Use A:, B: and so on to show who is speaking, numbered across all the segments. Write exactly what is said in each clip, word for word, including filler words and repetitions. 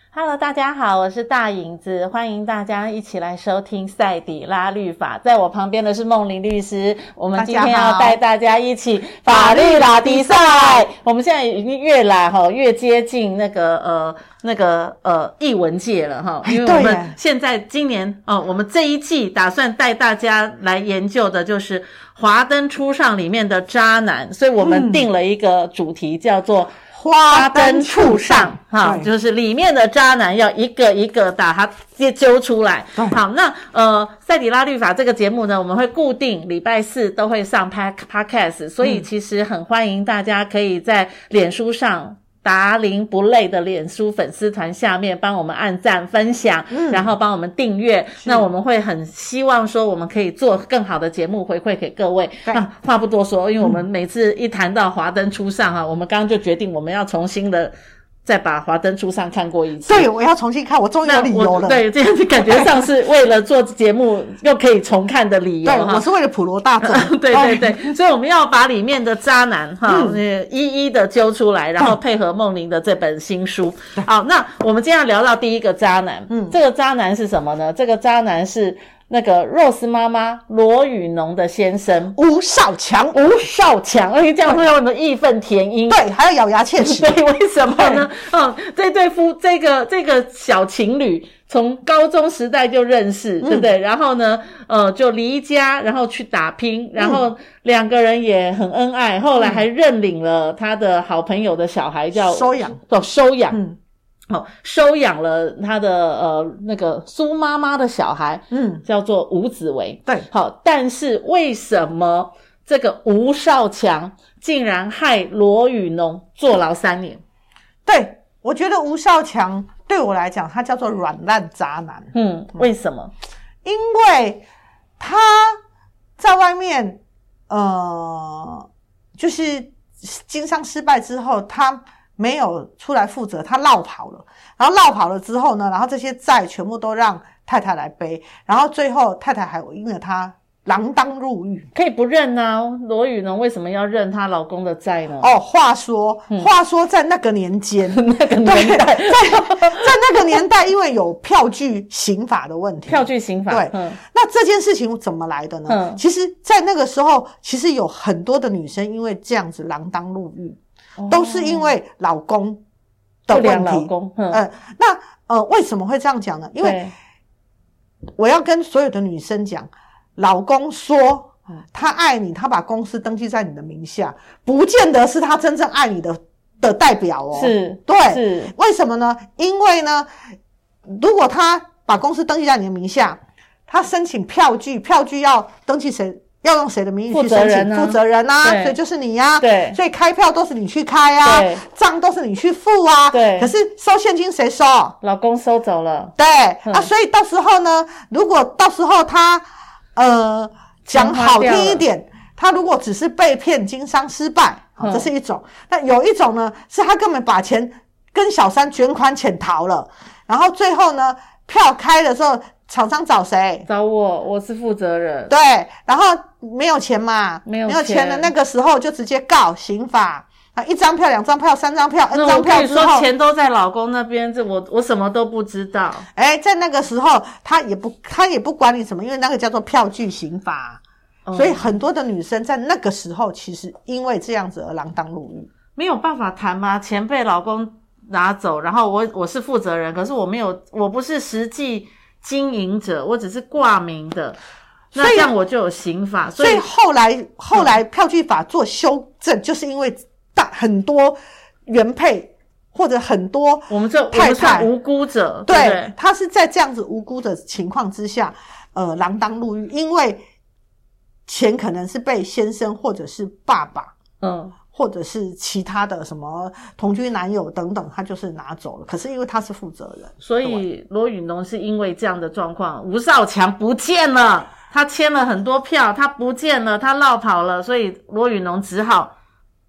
A: Hello， 大家好，我是大影子，欢迎大家一起来收听赛底拉律法。在我旁边的是梦玲律师，我们今天要带大家一起法律拉迪赛。我们现在已经越来哈越接近那个呃那个呃艺文界了哈，因为我们现在今年哦、呃，我们这一季打算带大家来研究的就是华灯初上里面的渣男，所以我们定了一个主题叫做。花灯初上哈，就是里面的渣男要一个一个把它揪出来。好，那呃赛底拉律法这个节目呢，我们会固定礼拜四都会上 podcast， 所以其实很欢迎大家可以在脸书上达伶不累的脸书粉丝团下面帮我们按赞分享、嗯、然后帮我们订阅，那我们会很希望说我们可以做更好的节目回馈给各位。那话不多说，因为我们每次一谈到华灯初上哈、啊嗯，我们刚刚就决定我们要重新的再把华灯初上看过一次。
B: 对，我要重新看，我终于有理由了。
A: 对，这样子感觉上是为了做节目又可以重看的理由。
B: 对，我是为了普罗大众。
A: 对对对，所以我们要把里面的渣男哈、嗯、一一的揪出来，然后配合梦玲的这本新书。好，那我们今天要聊到第一个渣男，嗯，这个渣男是什么呢？这个渣男是那个 Rose 妈妈罗宇农的先生
B: 吴少强，
A: 吴少强，而且这样会有什么义愤填膺？
B: 对，还要咬牙切齿。
A: 对，为什么呢？嗯，这对夫这个这个小情侣从高中时代就认识，嗯、对不对？然后呢，呃，就离家，然后去打拼，然后两个人也很恩爱，后来还认领了他的好朋友的小孩，叫
B: 收养，
A: 哦，收养。
B: 嗯。
A: 哦，收养了他的呃那个苏妈妈的小孩，嗯，叫做吴子维。
B: 对，
A: 好，但是为什么这个吴少强竟然害罗宇农坐牢三年？
B: 对，我觉得吴少强对我来讲，他叫做软烂渣男。
A: 嗯，为什么？
B: 因为他在外面，呃，就是经商失败之后，他没有出来负责，他落跑了，然后落跑了之后呢，然后这些债全部都让太太来背，然后最后太太还因为他锒铛入狱。
A: 可以不认啊，罗宇农为什么要认她老公的债呢？
B: 哦，话说、嗯、话说在那个年间
A: 那个年代
B: 在在那个年代因为有票据刑法的问题，
A: 票据刑法
B: 对、嗯、那这件事情怎么来的呢、嗯、其实在那个时候其实有很多的女生因为这样子锒铛入狱，都是因为老公的问题。
A: 老公，嗯，
B: 呃、那呃，为什么会这样讲呢？因为我要跟所有的女生讲，老公说他爱你，他把公司登记在你的名下，不见得是他真正爱你的的代表哦。
A: 是，
B: 对，
A: 是。
B: 为什么呢？因为呢，如果他把公司登记在你的名下，他申请票据，票据要登记谁？要用谁的名义去申请？负责人啊，所以就是你呀、啊。
A: 对，
B: 所以开票都是你去开啊，账都是你去付啊。
A: 对，
B: 可是收现金谁收？
A: 老公收走了。
B: 对、嗯、啊，所以到时候呢，如果到时候他呃讲好听一点，他如果只是被骗经商失败，嗯、这是一种。那有一种呢，是他根本把钱跟小三卷款潜逃了，然后最后呢，票开的时候。厂商找谁？
A: 找我，我是负责人。
B: 对，然后没有钱嘛，
A: 没有
B: 钱, 没有钱的那个时候就直接告刑法啊，一张票、两张票、三张票、N 张票之后，
A: 那我跟你说钱都在老公那边，这我我什么都不知道。
B: 哎，在那个时候他也不他也不管你什么，因为那个叫做票据刑法、嗯，所以很多的女生在那个时候其实因为这样子而锒铛入狱，
A: 没有办法谈吗？钱被老公拿走，然后我我是负责人，可是我没有，我不是实际经营者，我只是挂名的，那这样我就有刑法。
B: 所以, 所以后来后来票据法做修正、嗯、就是因为大很多原配或者很多
A: 我们这
B: 太太我们
A: 算无辜者， 对,
B: 对,
A: 对
B: 他是在这样子无辜的情况之下呃，锒铛入狱，因为钱可能是被先生或者是爸爸嗯或者是其他的什么同居男友等等，他就是拿走了。可是因为他是负责人，
A: 所以罗宇农是因为这样的状况，吴少强不见了，他签了很多票，他不见了，他落跑了，所以罗宇农只好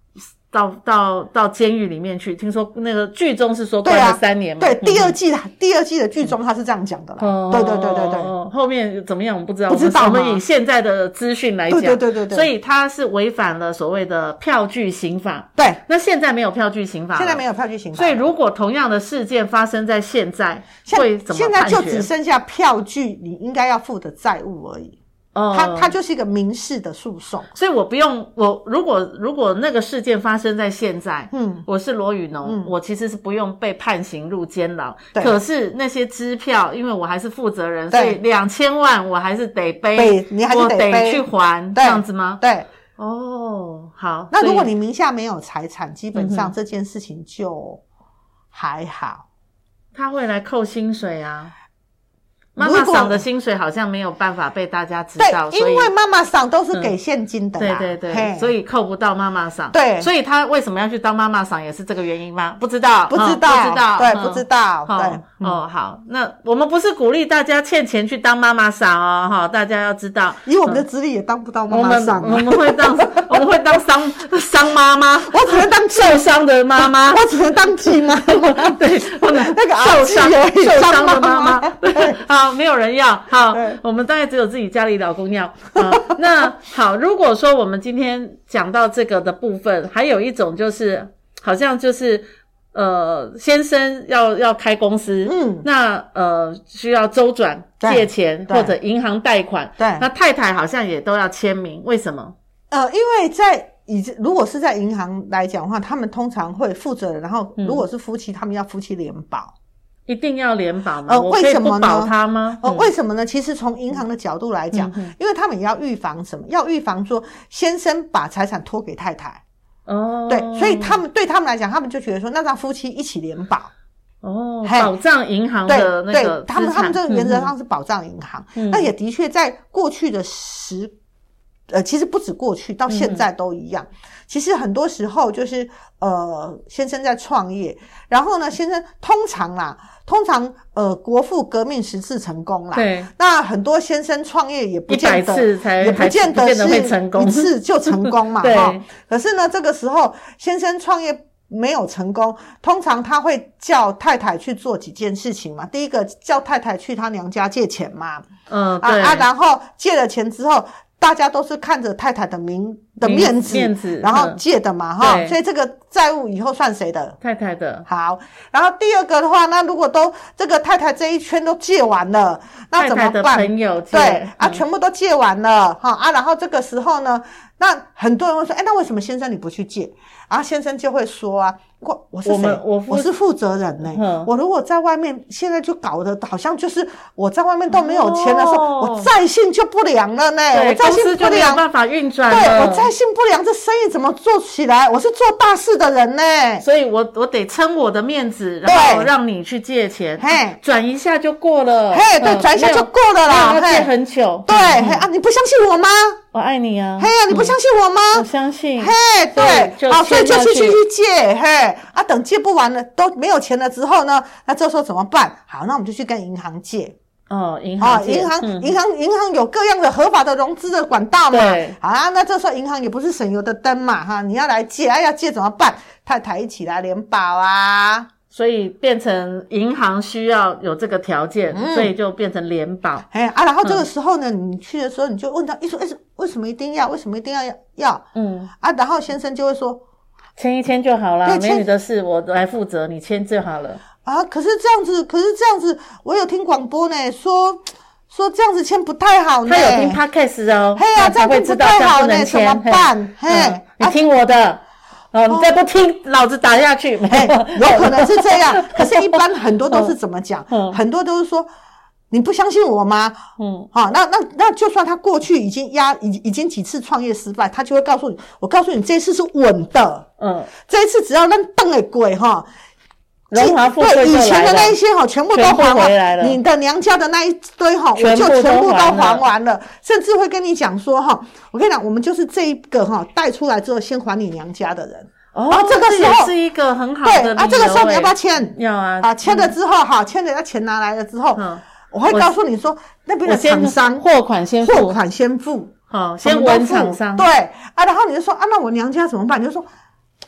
A: 到到到监狱里面去，听说那个剧中是说关了三年嘛。
B: 对、啊对，第二季、嗯、第二季的剧中他是这样讲的啦。哦、对对对对对。
A: 后面怎么样我们不知道，
B: 不知道
A: 我们以现在的资讯来讲，
B: 对对对对对。
A: 所以他是违反了所谓的票据刑法。
B: 对。
A: 那现在没有票据刑法了。
B: 现在没有票据刑法。
A: 所以如果同样的事件发生在现在，会怎么
B: 现在就只剩下票据你应该要付的债务而已。哦，它它就是一个民事的诉讼，
A: 所以我不用我如果如果那个事件发生在现在，嗯，我是罗宇农、嗯，我其实是不用被判刑入监牢，可是那些支票，因为我还是负责人，所以两千万我还是得背，
B: 对，你还是得背，
A: 我得去还，这样子吗？
B: 对，
A: 哦，好，
B: 那如果你名下没有财产，基本上这件事情就还好，
A: 他会来扣薪水啊。妈妈桑的薪水好像没有办法被大家知道，
B: 对，因为妈妈桑都是给现金的啦、
A: 嗯、对对对，所以扣不到妈妈桑。
B: 对，
A: 所以他为什么要去当妈妈桑也是这个原因吗？不知道，
B: 不知道，
A: 嗯、不知道，
B: 对，
A: 嗯、
B: 不知道，对、
A: 嗯。哦，好，那我们不是鼓励大家欠钱去当妈妈桑哦，哈，大家要知道，
B: 以我们的资历也当不到妈妈桑、啊
A: 嗯，我们我们会当我们会当伤伤妈妈，
B: 我只能当
A: 受伤的妈妈，
B: 我只能当鸡妈妈，
A: 对，不能
B: 那个
A: 受伤受伤的妈妈，
B: 对，
A: 好，没有人要。好，我们大概只有自己家里老公要。好，那好，如果说我们今天讲到这个的部分，还有一种就是，好像就是呃，先生要要开公司，嗯，那呃需要周转借钱或者银行贷款，
B: 对，
A: 那太太好像也都要签名，为什么？
B: 呃，因为在以如果是在银行来讲的话，他们通常会负责人，然后如果是夫妻，嗯、他们要夫妻联保。
A: 一定要联保吗？
B: 呃，为什么呢？
A: 我可以不保他吗？
B: 呃，为什么呢？其实从银行的角度来讲、嗯，因为他们也要预防什么？要预防说先生把财产托给太太。哦，对，所以他们对他们来讲，他们就觉得说，那让夫妻一起联保。
A: 哦，保障银行的那个资产，
B: 对，对他们他们这个原则上是保障银行。嗯、那也的确在过去的时。呃，其实不止过去，到现在都一样。嗯、其实很多时候就是呃，先生在创业，然后呢，先生通常啦，通常呃，国父革命十次成功啦。对。那很多先生创业也不见得，
A: 次才
B: 也不见得是
A: 会成功，
B: 一次就成功嘛。
A: 对、
B: 哦。可是呢，这个时候先生创业没有成功，通常他会叫太太去做几件事情嘛。第一个，叫太太去他娘家借钱嘛。嗯，对。啊啊，然后借了钱之后。大家都是看着太太的名的面子，
A: 面子，
B: 然后借的嘛，哈、嗯，所以这个债务以后算谁的？
A: 太太的。
B: 好，然后第二个的话，那如果都这个太太这一圈都借完了，那怎么办？
A: 太太的朋友借，
B: 对、嗯、啊，全部都借完了，哈啊，然后这个时候呢，那很多人会说，哎，那为什么先生你不去借？然后先生就会说啊，我我是谁？我我, 我是负责人呢、欸嗯。我如果在外面，现在就搞得好像就是我在外面都没有钱的时候，哦、我在信就不良了呢、欸。我在信不良，
A: 公司就没有办法运转了。
B: 对，我在信不良，这生意怎么做起来？我是做大事的人呢、欸，
A: 所以我我得撑我的面子，然后让你去借钱，嘿，转一下就过了。
B: 嘿，对，转、嗯、一下就过了啦。
A: 要借很久。
B: 对，嗯、嘿啊，你不相信我吗？
A: 我爱你啊！
B: 嘿呀、啊，你不相信我吗？
A: 我相信。
B: 嘿，对，好，所以就去去去借，嘿啊，等借不完了都没有钱了之后呢，那这时候怎么办？好，那我们就去跟银行借。
A: 哦，银行借，
B: 银行，嗯、银行，银行有各样的合法的融资的管道嘛。对。好啊，那这时候银行也不是省油的灯嘛，哈，你要来借，哎、啊，要借怎么办？太太一起来联保啊。
A: 所以变成银行需要有这个条件、嗯，所以就变成联保。
B: 哎啊，然后这个时候呢，嗯、你去的时候你就问他，一说，哎，为什么一定要？为什么一定要要？嗯啊，然后先生就会说，
A: 签一签就好了，没你的事，我来负责，你签就好了。
B: 啊，可是这样子，可是这样子，我有听广播呢，说说这样子签不太好呢。
A: 他有听 podcast 哦，
B: 嘿呀、啊，这样子不太好呢，怎么办？嘿，嘿
A: 嗯、你听我的。哦，你再不听，哦、老子打下去。
B: 哎，有可能是这样，可是一般很多都是怎么讲、嗯？很多都是说，你不相信我吗？嗯，好、哦，那那那就算他过去已经压已已经几次创业失败，他就会告诉你，我告诉你这一次是稳的。嗯，这一次只要让瞪的鬼哈。
A: 荣华富贵
B: 对以前的那一些哈，全部都还回来了。你的娘家的那一堆哈，我就全部都还完了，甚至会跟你讲说哈，我跟你讲，我们就是这一个哈带出来之后先还你娘家的人。
A: 哦，啊、这个时候这也是一个很好的理由。
B: 对啊，这个时候你要不要签？
A: 要啊。
B: 啊，签了之后哈，签了要钱拿来了之后，嗯、我会告诉你说那边的厂商
A: 货款先付，
B: 货款先付，
A: 好、哦，先稳厂商。
B: 对啊，然后你就说啊，那我娘家怎么办？你就说。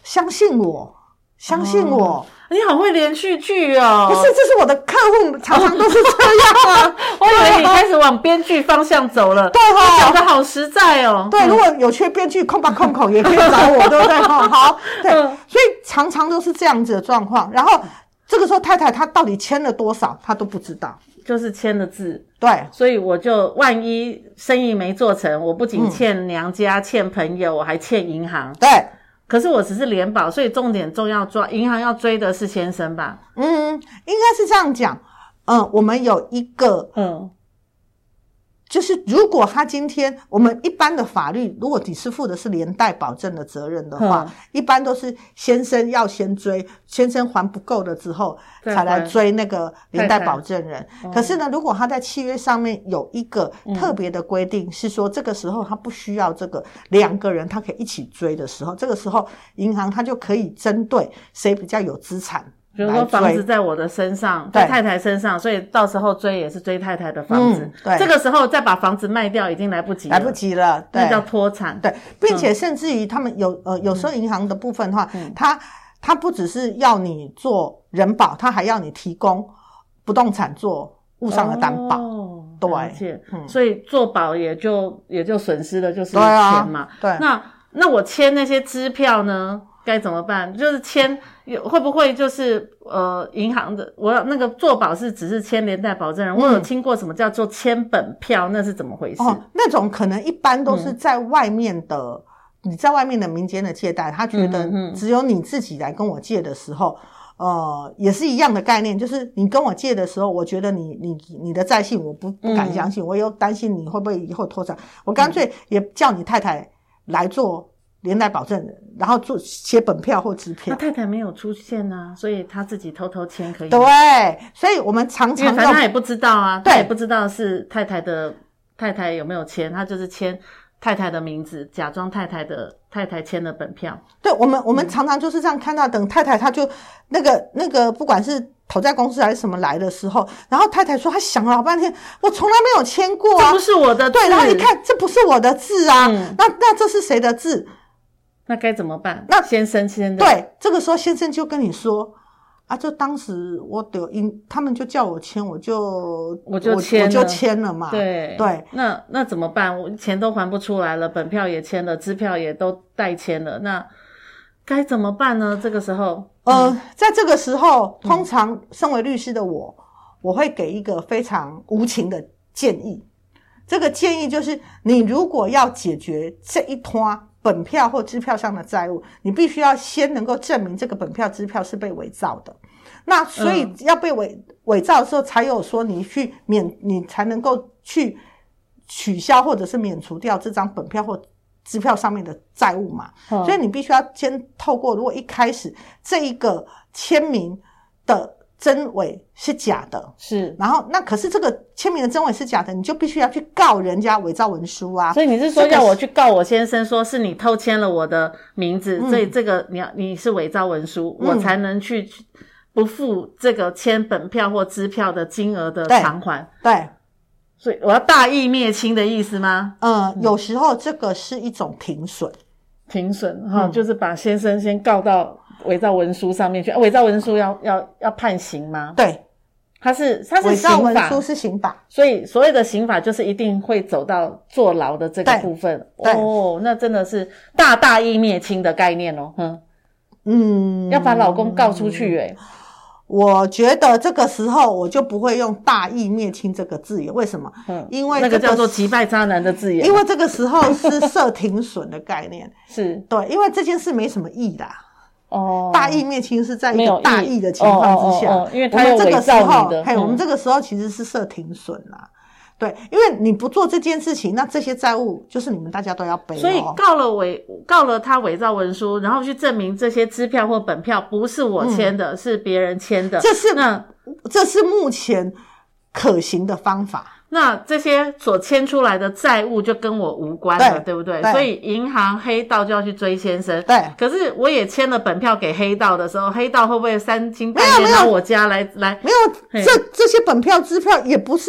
B: 相信我，相信我。哦，
A: 你好会连续剧哦！
B: 不是，这是我的客户，常常都是这样啊。
A: 我以为你开始往编剧方向走了。
B: 对哈，
A: 讲得好实在哦。
B: 对，如果有缺编剧，空吧空口也可以找我，对不对？哈，好，对，所以常常都是这样子的状况。然后这个时候，太太她到底签了多少，她都不知道，
A: 就是签了字。
B: 对，
A: 所以我就万一生意没做成，我不仅欠娘家、嗯、欠朋友，我还欠银行。
B: 对。
A: 可是我只是联保，所以重点重要抓银行要追的是先生吧？
B: 嗯，应该是这样讲。嗯，我们有一个，嗯，就是如果他今天我们一般的法律，如果你是负的是连带保证的责任的话，嗯、一般都是先生要先追，先生还不够了之后才来追那个连带保证人。太太可是呢，如果他在契约上面有一个特别的规定，嗯、是说这个时候他不需要这个两个人他可以一起追的时候，这个时候银行他就可以针对谁比较有资产。
A: 比如说房子在我的身上，在太太身上，所以到时候追也是追太太的房子。嗯、对，这个时候再把房子卖掉已经来不及了，
B: 来不及了，对，
A: 那叫脱产。
B: 对，并且甚至于他们有呃有时候银行的部分的话，嗯、他他不只是要你做人保，他还要你提供不动产做物上的担保。哦，
A: 对，嗯、所以做保也就也就损失了就是钱嘛。
B: 对，啊、对，
A: 那那我签那些支票呢？该怎么办？就是签会不会就是呃银行的我那个做保是只是签连带保证人，嗯、我有听过什么叫做签本票，那是怎么回事？哦，
B: 那种可能一般都是在外面的，嗯、你在外面的民间的借贷，他觉得只有你自己来跟我借的时候，嗯、呃，也是一样的概念，就是你跟我借的时候，我觉得你你你的在信我不不敢相信，嗯、我又担心你会不会以后脱产，我干脆也叫你太太来做连带保证人，然后做写本票或支票。
A: 那太太没有出现啊，所以他自己偷偷签可以吗？
B: 对，所以我们常常
A: 因为反正他也不知道啊，他也不知道是太太的太太有没有签，他就是签太太的名字，假装太太的太太签了本票。
B: 对，我们我们常常就是这样看到，等太太他就那个那个不管是讨债公司还是什么来的时候，然后太太说她想了老半天，我从来没有签过啊，
A: 这不是我的字。
B: 对，然后一看这不是我的字啊，嗯、那那这是谁的字？
A: 那该怎么办？那先生签的。
B: 对，这个时候先生就跟你说啊，就当时我得因他们就叫我签，我就
A: 我就签了，
B: 我就签了嘛。
A: 对
B: 对，
A: 那那怎么办？我钱都还不出来了，本票也签了，支票也都代签了，那该怎么办呢？这个时候，
B: 呃，嗯、在这个时候，通常身为律师的我，嗯、我会给一个非常无情的建议。这个建议就是，你如果要解决这一摊本票或支票上的债务，你必须要先能够证明这个本票支票是被伪造的。那所以要被伪伪造的时候，才有说你去免，你才能够去取消或者是免除掉这张本票或支票上面的债务嘛。嗯、所以你必须要先透过，如果一开始这一个签名的真伪是假的，
A: 是，
B: 然后那可是这个签名的真伪是假的，你就必须要去告人家伪造文书啊。
A: 所以你是说要我去告我先生，说是你偷签了我的名字，嗯、所以这个你要你是伪造文书，嗯、我才能去不付这个签本票或支票的金额的偿还。
B: 对，对，
A: 所以我要大义灭亲的意思吗？
B: 嗯，有时候这个是一种停损，
A: 停损哈，嗯、就是把先生先告到伪造文书上面去。伪造文书要要要判刑吗？
B: 对，
A: 它是它是
B: 伪造
A: 刑法，
B: 文书是刑法，
A: 所以所谓的刑法就是一定会走到坐牢的这个部分。哦，那真的是大大义灭亲的概念哦。嗯嗯，要把老公告出去诶、欸。
B: 我觉得这个时候我就不会用大义灭亲这个字眼，为什么？嗯，因为、
A: 这个、那个叫做击败渣男的字眼。
B: 因为这个时候是设停损的概念，
A: 是
B: 对，因为这件事没什么义的。哦，大义灭亲是在一个大义的情况之下，
A: 哦哦哦哦因为他有伪造你的，
B: 嘿，我们这个时候其实是设停损啦。对，因为你不做这件事情，那这些债务就是你们大家都要背、哦。
A: 所以告了伪告了他伪造文书，然后去证明这些支票或本票不是我签的，嗯、是别人签的。
B: 这是
A: 那
B: 这是目前可行的方法。
A: 那这些所签出来的债务就跟我无关了， 对, 对不对? 对，所以银行黑道就要去追先生。
B: 对，
A: 可是我也签了本票给黑道的时候，黑道会不会三更半夜到我家来来？
B: 没有，这这些本票支票也不是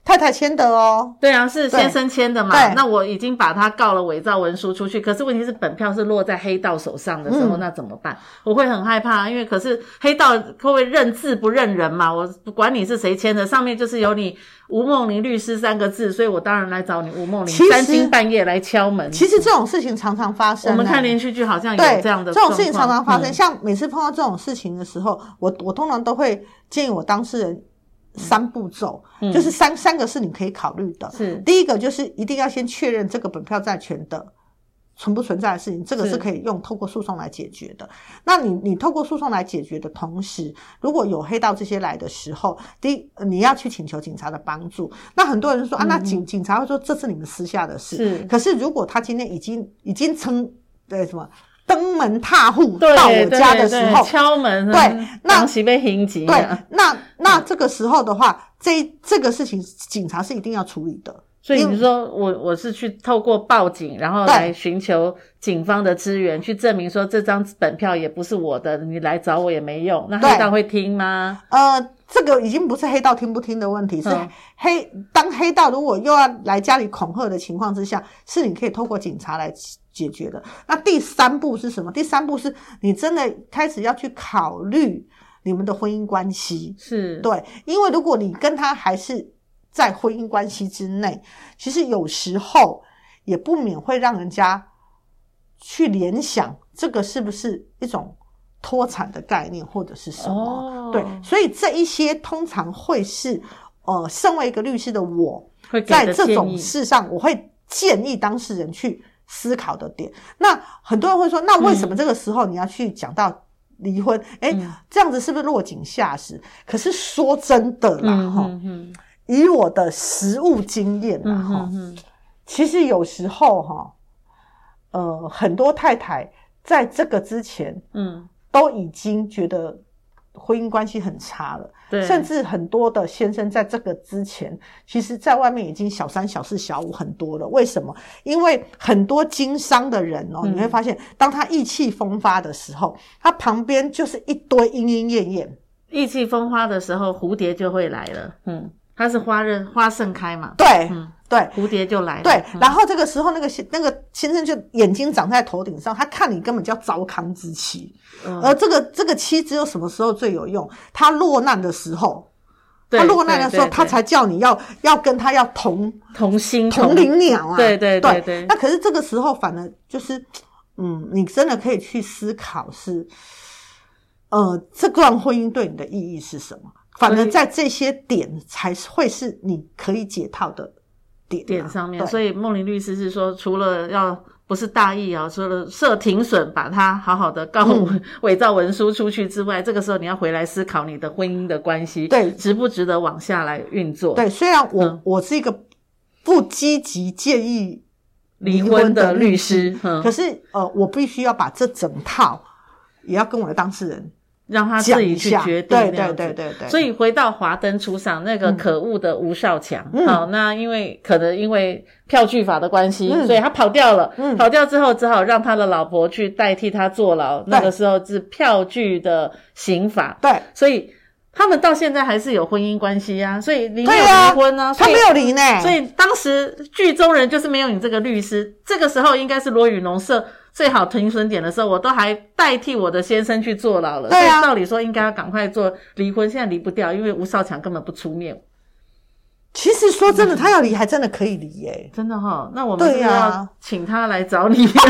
B: 太太签的哦。
A: 对啊，是先生签的嘛。
B: 对，
A: 那我已经把他告了伪造文书出去，可是问题是本票是落在黑道手上的时候，嗯、那怎么办？我会很害怕，因为可是黑道会不会认字不认人嘛？我不管你是谁签的，上面就是有你吴梦玲律师三个字，所以我当然来找你吴梦玲，三更半夜来敲门。
B: 其实这种事情常常发生、欸，
A: 我们看连续剧好像有这样的
B: 状况，这种事情常常发生。
A: 嗯、
B: 像每次碰到这种事情的时候，我我通常都会建议我当事人三步骤，嗯、就是三三个是你可以考虑的。
A: 是
B: 第一个就是一定要先确认这个本票债权的存不存在的事情，这个是可以用透过诉讼来解决的。那你你透过诉讼来解决的同时，如果有黑道这些来的时候，第一你要去请求警察的帮助。那很多人说啊，那警警察会说这是你们私下的事。
A: 是，
B: 可是如果他今天已经已经称对什么登门踏户到我家的时候，
A: 对对对敲门，
B: 对，那
A: 被刑级，
B: 对，那那这个时候的话，这这个事情警察是一定要处理的。
A: 所以你说我我是去透过报警，然后来寻求警方的支援，去证明说这张本票也不是我的，你来找我也没用。那黑道会听吗？
B: 呃，这个已经不是黑道听不听的问题，是黑、嗯、当黑道如果又要来家里恐吓的情况之下，是你可以透过警察来解决的。那第三步是什么？第三步是你真的开始要去考虑你们的婚姻关系。
A: 是，
B: 对，因为如果你跟他还是在婚姻关系之内，其实有时候也不免会让人家去联想这个是不是一种脱产的概念或者是什么、哦、对，所以这一些通常会是呃，身为一个律师的我在这种事上我会建议当事人去思考的点。那很多人会说，那为什么这个时候你要去讲到离婚？诶、嗯、这样子是不是落井下石？可是说真的啦、嗯哼哼以我的实务经验啦、嗯哼哼其实有时候哈呃很多太太在这个之前嗯都已经觉得婚姻关系很差了，对，甚至很多的先生在这个之前其实在外面已经小三小四小五很多了。为什么？因为很多经商的人哦、嗯、你会发现当他意气风发的时候，他旁边就是一堆莺莺燕燕。
A: 意气风发的时候蝴蝶就会来了，嗯，它是花热花盛开嘛，
B: 对，
A: 嗯，
B: 对，
A: 蝴蝶就来了，
B: 对、嗯、然后这个时候那个那个先生就眼睛长在头顶上，他看你根本叫糟糠之妻、嗯、而这个这个妻只有什么时候最有用？他落难的时候，他落难的时候他才叫你要要跟他要同
A: 同心
B: 同林鸟啊，
A: 对对对 对, 对。
B: 那可是这个时候反而就是嗯，你真的可以去思考是呃，这段婚姻对你的意义是什么？反而在这些点才会是你可以解套的点、啊、
A: 点上面。所以梦玲律师是说，除了要不是大意啊，除了设停损把它好好的告伪造文书出去之外、嗯、这个时候你要回来思考你的婚姻的关系，对，值不值得往下来运作。
B: 对，虽然我、嗯、我是一个不积极建议
A: 离婚的律师、嗯、
B: 可是呃，我必须要把这整套也要跟我的当事人
A: 让他自己去决定。
B: 对对对对对。
A: 所以回到华灯初上那个可恶的吴少强、嗯、好，那因为可能因为票据法的关系、嗯、所以他跑掉了、嗯、跑掉之后只好让他的老婆去代替他坐牢，那个时候是票据的刑法。
B: 对，
A: 所以他们到现在还是有婚姻关系啊，所以离没有离婚啊，
B: 他没有离呢。
A: 所以当时剧中人就是没有你这个律师，这个时候应该是罗宇农设最好停损点的时候，我都还代替我的先生去坐牢了。对啊，所以照理说应该要赶快做离婚，现在离不掉，因为吴少强根本不出面。
B: 其实说真的、嗯、他要离还真的可以离耶，
A: 真的齁。那我们是不是要请他来找你？不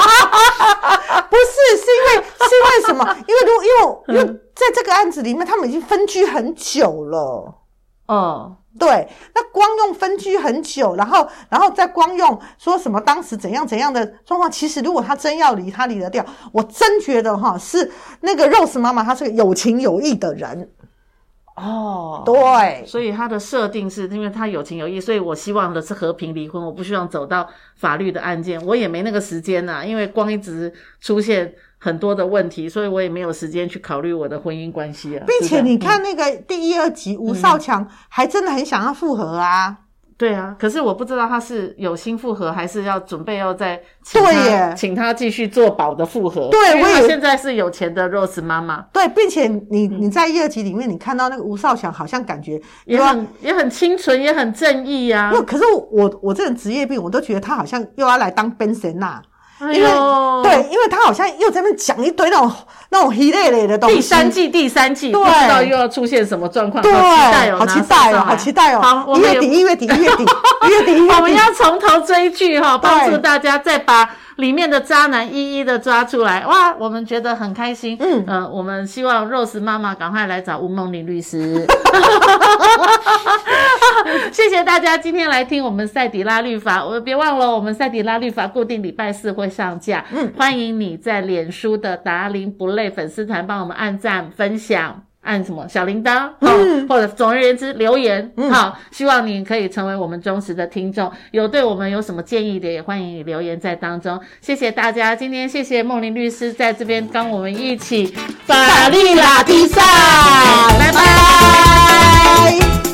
B: 是，是因为是因为什么？因为如因为因为在这个案子里面他们已经分居很久了。
A: 哦，
B: 对，那光用分居很久，然后然后再光用说什么当时怎样怎样的状况，其实如果他真要离，他离得掉。我真觉得齁是那个 Rose 妈妈她是个有情有义的人。
A: 哦，
B: 对，
A: 所以他的设定是因为他有情有义，所以我希望的是和平离婚，我不希望走到法律的案件，我也没那个时间啊，因为光一直出现很多的问题，所以我也没有时间去考虑我的婚姻关系啊。
B: 并且你看那个第一二集、嗯、吴少强还真的很想要复合啊。
A: 对啊，可是我不知道他是有心复合，还是要准备要再请他
B: 对耶
A: 请他继续做保的复合。
B: 对，
A: 因为他
B: 我也
A: 现在是有钱的 Rose 妈妈。
B: 对，并且你你在一二集里面，你看到那个吴少强，好像感觉
A: 也很也很清纯，也很正义啊。
B: 可是我我这种职业病，我都觉得他好像又要来当 Benson 啊。
A: 哎、
B: 因为对，因为他好像又在那边讲一堆那种那种一类类的东西。
A: 第三季，第三季，不知道又要出现什么状况？
B: 对，
A: 好期待哦，
B: 好期待哦，好期待哦！
A: 好，
B: 一月底，一月底，一月底，一月底，
A: 我们要从头追剧哈，帮助大家再把里面的渣男一一的抓出来。哇，我们觉得很开心。嗯，呃，我们希望 Rose 妈妈赶快来找吴梦玲律师。谢谢大家今天来听我们赛底拉律法，我别忘了我们赛底拉律法固定礼拜四会上架。嗯，欢迎你在脸书的达伶不累粉丝团帮我们按赞分享。按什么小铃铛、嗯哦、或者总而言之留言、嗯、好，希望你可以成为我们忠实的听众，有对我们有什么建议的也欢迎你留言在当中。谢谢大家，今天谢谢梦玲律师在这边跟我们一起法律拉迪赛，拜拜。